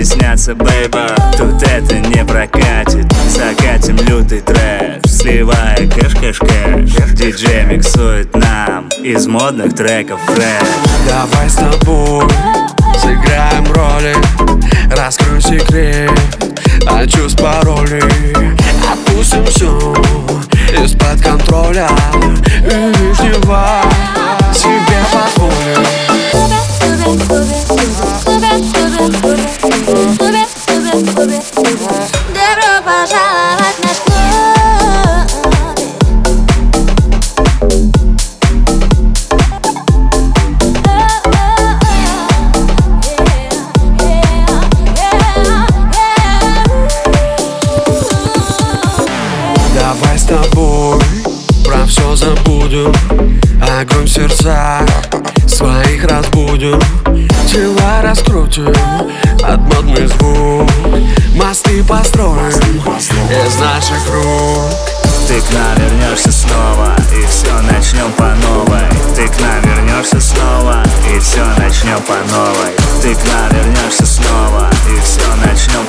стесняться, бейба. Тут это не прокатит. Закатим лютый трэш, сливая кэш-кэш-кэш. Диджей миксует нам из модных треков фрэш. Давай с тобой сыграем роли, раскрой секрет от чувств паролей. Отпустим все из-под контроля и лишнего себе позволим. Добро пожаловать в наш Давай с тобой про все забудем, огонь в сердцах своих разбудим, тела раскрутим, от модный звук мосты построим из наших рук. Ты к нам вернешься снова, и все начнем по новой. Ты к нам вернешься снова, и все начнем по новой. Ты к нам вернешься снова, и все начнем